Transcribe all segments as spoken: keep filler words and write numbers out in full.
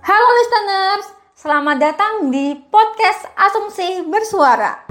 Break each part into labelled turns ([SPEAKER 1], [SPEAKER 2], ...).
[SPEAKER 1] Halo listeners, selamat datang di podcast Asumsi Bersuara.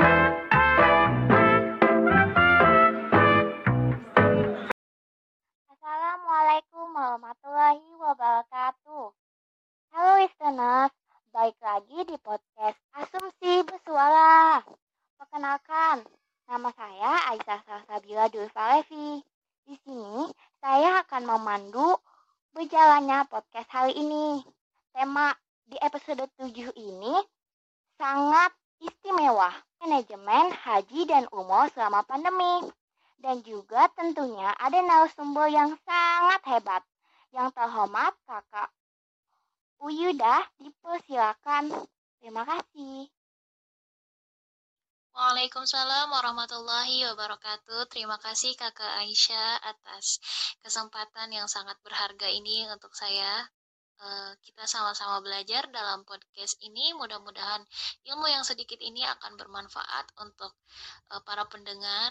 [SPEAKER 2] Assalamualaikum warahmatullahi wabarakatuh. Halo listeners, balik lagi di podcast Asumsi Bersuara. Perkenalkan, nama saya Aisyah Salsabila Dulfalevi. Di sini saya akan memandu berjalannya podcast hari ini. Tema di episode tujuh ini sangat istimewa, manajemen haji dan umroh selama pandemi. Dan juga tentunya ada narasumber yang sangat hebat. Yang terhormat Kakak Uyudah, dipersilakan. Terima kasih.
[SPEAKER 3] Waalaikumsalam warahmatullahi wabarakatuh. Terima kasih Kakak Aisyah atas kesempatan yang sangat berharga ini untuk saya. Uh, kita sama-sama belajar dalam podcast ini. Mudah-mudahan ilmu yang sedikit ini akan bermanfaat untuk uh, para pendengar.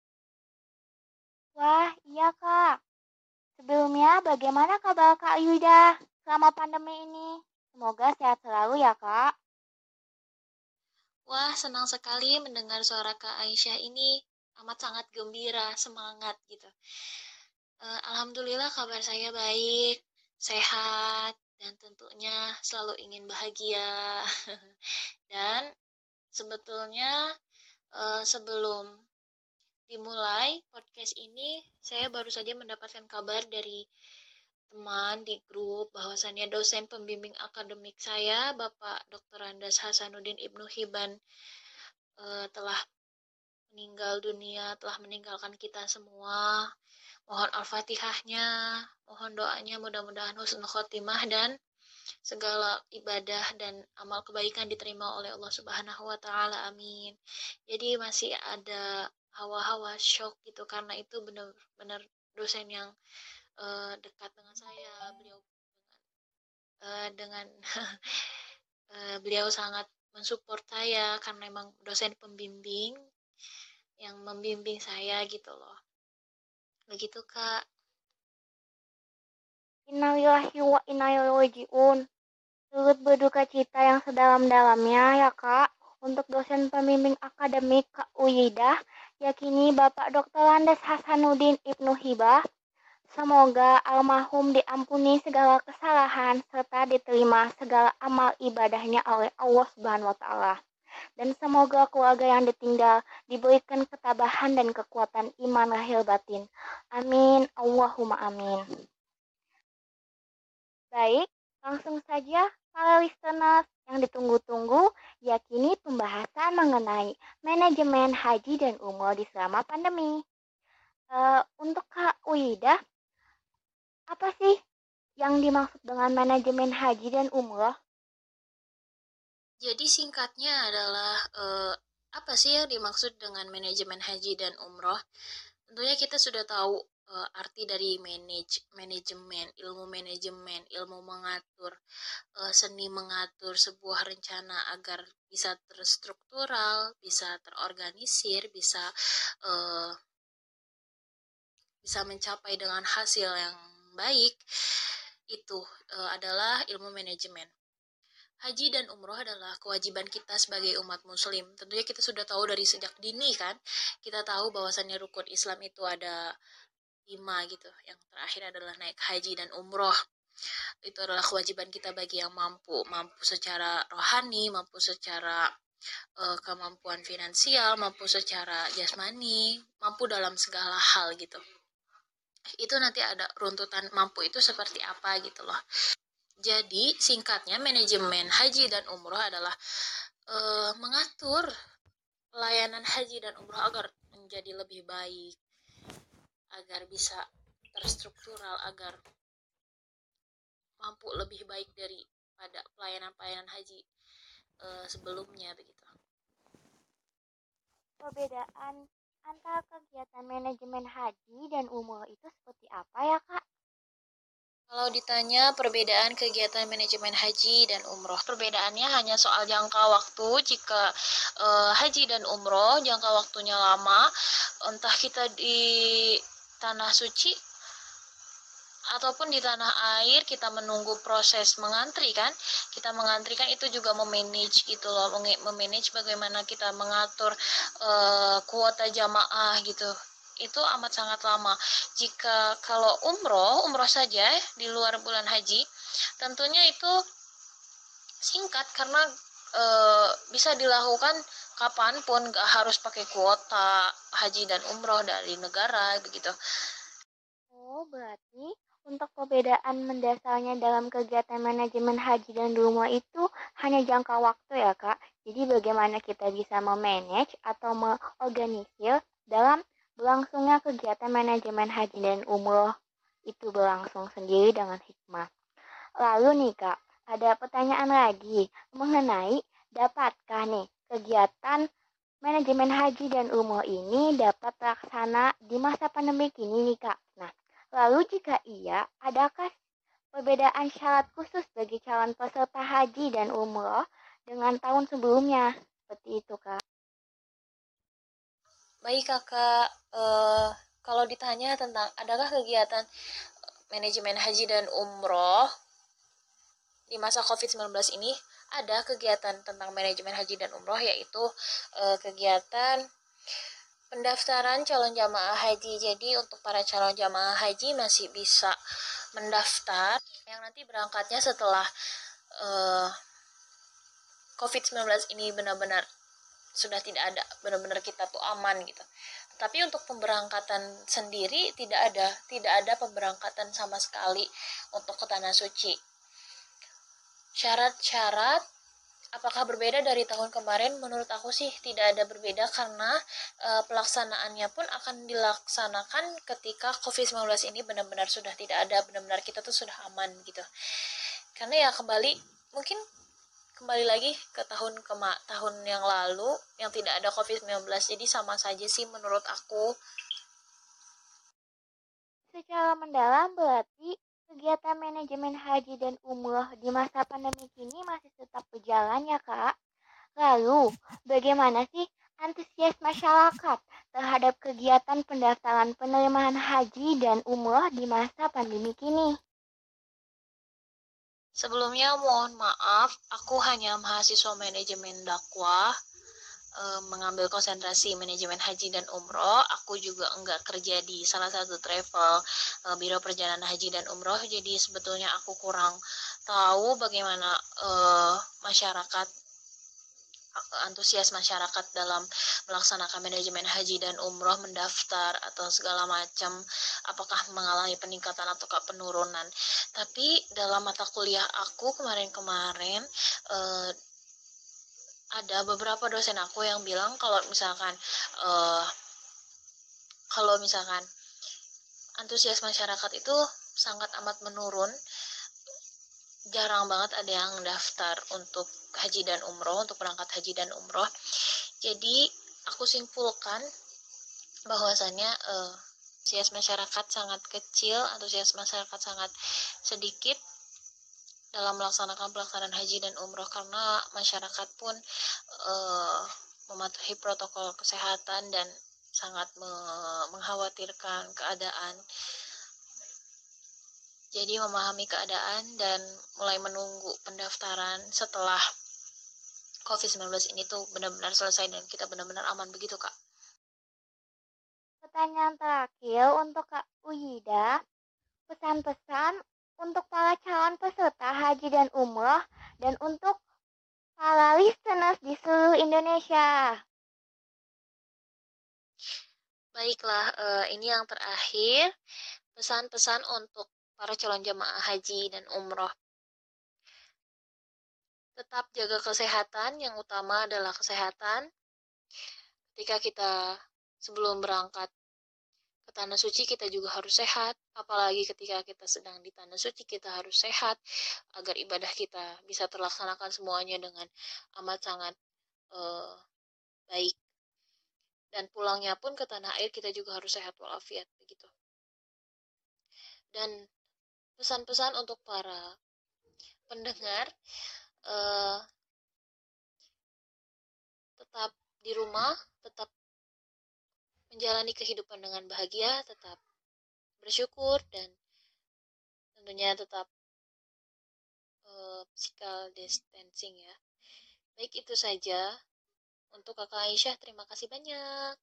[SPEAKER 2] Wah, iya Kak. Sebelumnya bagaimana kabar Kak Yuda selama pandemi ini? Semoga sehat selalu ya Kak.
[SPEAKER 3] Wah, senang sekali mendengar suara Kak Aisyah ini. Amat sangat gembira, semangat gitu. Uh, Alhamdulillah kabar saya baik, sehat, dan tentunya selalu ingin bahagia. Dan sebetulnya uh, sebelum dimulai podcast ini, saya baru saja mendapatkan kabar dari teman di grup bahwasannya dosen pembimbing akademik saya, Bapak doktor Andes Hasanuddin Ibnu Hibban, uh, telah meninggal dunia, telah meninggalkan kita semua. Mohon al-fatihahnya, mohon doanya, mudah-mudahan husnul khotimah dan segala ibadah dan amal kebaikan diterima oleh Allah Subhanahu wa taala. Amin. Jadi masih ada hawa-hawa shock gitu karena itu benar-benar dosen yang uh, dekat dengan saya. Beliau uh, dengan uh, beliau sangat mensupport saya karena memang dosen pembimbing yang membimbing saya gitu loh. Begitu Kak.
[SPEAKER 2] Innalillahi wa inna ilaihi raji'un. Turut berduka cita yang sedalam-dalamnya ya Kak untuk dosen pembimbing akademik Kak Uyidah, yakini Bapak doktor Andes Hasanuddin Ibnu Hibah. Semoga almarhum diampuni segala kesalahan serta diterima segala amal ibadahnya oleh Allah Subhanahu wa taala. Dan semoga keluarga yang ditinggal diberikan ketabahan dan kekuatan iman lahir batin. Amin. Allahumma amin. Baik, langsung saja para listeners yang ditunggu-tunggu, yakini pembahasan mengenai manajemen haji dan umroh di selama pandemi. Uh, untuk Kak Uida, apa sih yang dimaksud dengan manajemen haji dan umroh?
[SPEAKER 3] Jadi singkatnya adalah eh, apa sih yang dimaksud dengan manajemen haji dan umroh? Tentunya kita sudah tahu eh, arti dari manage, manajemen, ilmu manajemen, ilmu mengatur, eh, seni mengatur sebuah rencana agar bisa terstruktural, bisa terorganisir, bisa eh, bisa mencapai dengan hasil yang baik. Itu eh, adalah ilmu manajemen. Haji dan umroh adalah kewajiban kita sebagai umat muslim. Tentunya kita sudah tahu dari sejak dini kan, kita tahu bahwasannya rukun Islam itu ada lima gitu. Yang terakhir adalah naik haji dan umroh. Itu adalah kewajiban kita bagi yang mampu, mampu secara rohani, mampu secara uh, kemampuan finansial, mampu secara jasmani, mampu dalam segala hal gitu. Itu nanti ada runtutan mampu itu seperti apa gitu loh. Jadi singkatnya manajemen haji dan umroh adalah uh, mengatur pelayanan haji dan umroh agar menjadi lebih baik, agar bisa terstruktural, agar mampu lebih baik daripada pelayanan-pelayanan haji uh, sebelumnya begitu.
[SPEAKER 2] Perbedaan antara kegiatan manajemen haji dan umroh itu seperti apa ya Kak?
[SPEAKER 3] Kalau ditanya perbedaan kegiatan manajemen haji dan umroh, perbedaannya hanya soal jangka waktu. Jika uh, haji dan umroh jangka waktunya lama, entah kita di tanah suci ataupun di tanah air kita menunggu proses mengantri kan, kita mengantrikan itu juga memanage gitu loh, memanage bagaimana kita mengatur uh, kuota jamaah gitu, itu amat sangat lama. Jika kalau umroh umroh saja di luar bulan haji, tentunya itu singkat karena e, bisa dilakukan kapanpun, gak harus pakai kuota haji dan umroh dari negara begitu.
[SPEAKER 2] Oh, berarti untuk perbedaan mendasarnya dalam kegiatan manajemen haji dan umroh itu hanya jangka waktu ya, Kak? Jadi bagaimana kita bisa memanage atau mengorganisir dalam berlangsungnya kegiatan manajemen haji dan umroh itu berlangsung sendiri dengan hikmah. Lalu nih Kak, ada pertanyaan lagi mengenai dapatkah nih kegiatan manajemen haji dan umroh ini dapat terlaksana di masa pandemi ini nih Kak? Nah, lalu jika iya, adakah perbedaan syarat khusus bagi calon peserta haji dan umroh dengan tahun sebelumnya? Seperti itu Kak.
[SPEAKER 3] Baik kakak, uh, kalau ditanya tentang adakah kegiatan manajemen haji dan umroh di masa covid sembilan belas ini, ada kegiatan tentang manajemen haji dan umroh, yaitu uh, kegiatan pendaftaran calon jamaah haji. Jadi untuk para calon jamaah haji masih bisa mendaftar yang nanti berangkatnya setelah uh, covid sembilan belas ini benar-benar sudah tidak ada, benar-benar kita tuh aman gitu. Tapi untuk pemberangkatan sendiri tidak ada, tidak ada pemberangkatan sama sekali untuk ke Tanah Suci. Syarat-syarat apakah berbeda dari tahun kemarin? Menurut aku sih tidak ada berbeda, karena e, pelaksanaannya pun akan dilaksanakan ketika covid sembilan belas ini benar-benar sudah tidak ada, benar-benar kita tuh sudah aman gitu. Karena ya kembali, mungkin kembali lagi ke tahun kema tahun yang lalu yang tidak ada covid sembilan belas, jadi sama saja sih menurut aku.
[SPEAKER 2] Secara mendalam berarti kegiatan manajemen haji dan umroh di masa pandemi ini masih tetap berjalan ya Kak? Lalu, bagaimana sih antusias masyarakat terhadap kegiatan pendaftaran penerimaan haji dan umroh di masa pandemi ini?
[SPEAKER 3] Sebelumnya mohon maaf, aku hanya mahasiswa manajemen dakwah, e, mengambil konsentrasi manajemen haji dan umroh. Aku juga enggak kerja di salah satu travel e, biro perjalanan haji dan umroh, jadi sebetulnya aku kurang tahu bagaimana e, masyarakat antusias masyarakat dalam melaksanakan manajemen haji dan umroh, mendaftar atau segala macam, apakah mengalami peningkatan atau penurunan. Tapi dalam mata kuliah aku kemarin-kemarin eh, ada beberapa dosen aku yang bilang kalau misalkan eh, kalau misalkan antusias masyarakat itu sangat amat menurun, jarang banget ada yang daftar untuk haji dan umroh, untuk berangkat haji dan umroh. Jadi aku simpulkan bahwasannya uh, antusias masyarakat sangat kecil, antusias masyarakat sangat sedikit dalam melaksanakan pelaksanaan haji dan umroh, karena masyarakat pun uh, mematuhi protokol kesehatan dan sangat me- mengkhawatirkan keadaan. Jadi memahami keadaan dan mulai menunggu pendaftaran setelah covid sembilan belas ini tuh benar-benar selesai dan kita benar-benar aman begitu, Kak.
[SPEAKER 2] Pertanyaan terakhir untuk Kak Uyida, pesan-pesan untuk para calon peserta haji dan umroh dan untuk para listeners di seluruh Indonesia.
[SPEAKER 3] Baiklah, uh, ini yang terakhir, pesan-pesan untuk para calon jamaah haji dan umroh. Tetap jaga kesehatan, yang utama adalah kesehatan. Ketika kita sebelum berangkat ke Tanah Suci, kita juga harus sehat. Apalagi ketika kita sedang di Tanah Suci, kita harus sehat agar ibadah kita bisa terlaksanakan semuanya dengan amat sangat uh, baik. Dan pulangnya pun ke tanah air kita juga harus sehat walafiat begitu. Dan pesan-pesan untuk para pendengar, uh, tetap di rumah, tetap menjalani kehidupan dengan bahagia, tetap bersyukur, dan tentunya tetap uh, physical distancing ya. Baik, itu saja untuk Kakak Aisyah. Terima kasih banyak.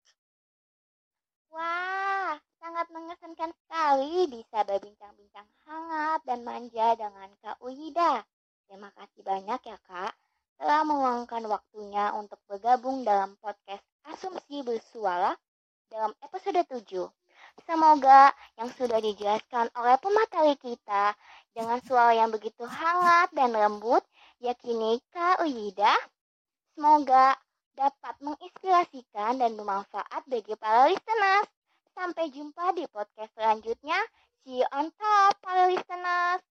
[SPEAKER 2] Wah, sangat mengesankan sekali bisa berbincang-bincang hangat dan manja dengan Kak Uyida. Terima kasih banyak ya Kak telah meluangkan waktunya untuk bergabung dalam podcast Asumsi Bersuara dalam episode tujuh. Semoga yang sudah dijelaskan oleh pemateri kita dengan suara yang begitu hangat dan lembut, yakini Kak Uyida, semoga dapat menginspirasikan dan bermanfaat bagi para listeners. Sampai jumpa di podcast selanjutnya. See you on top, para listeners.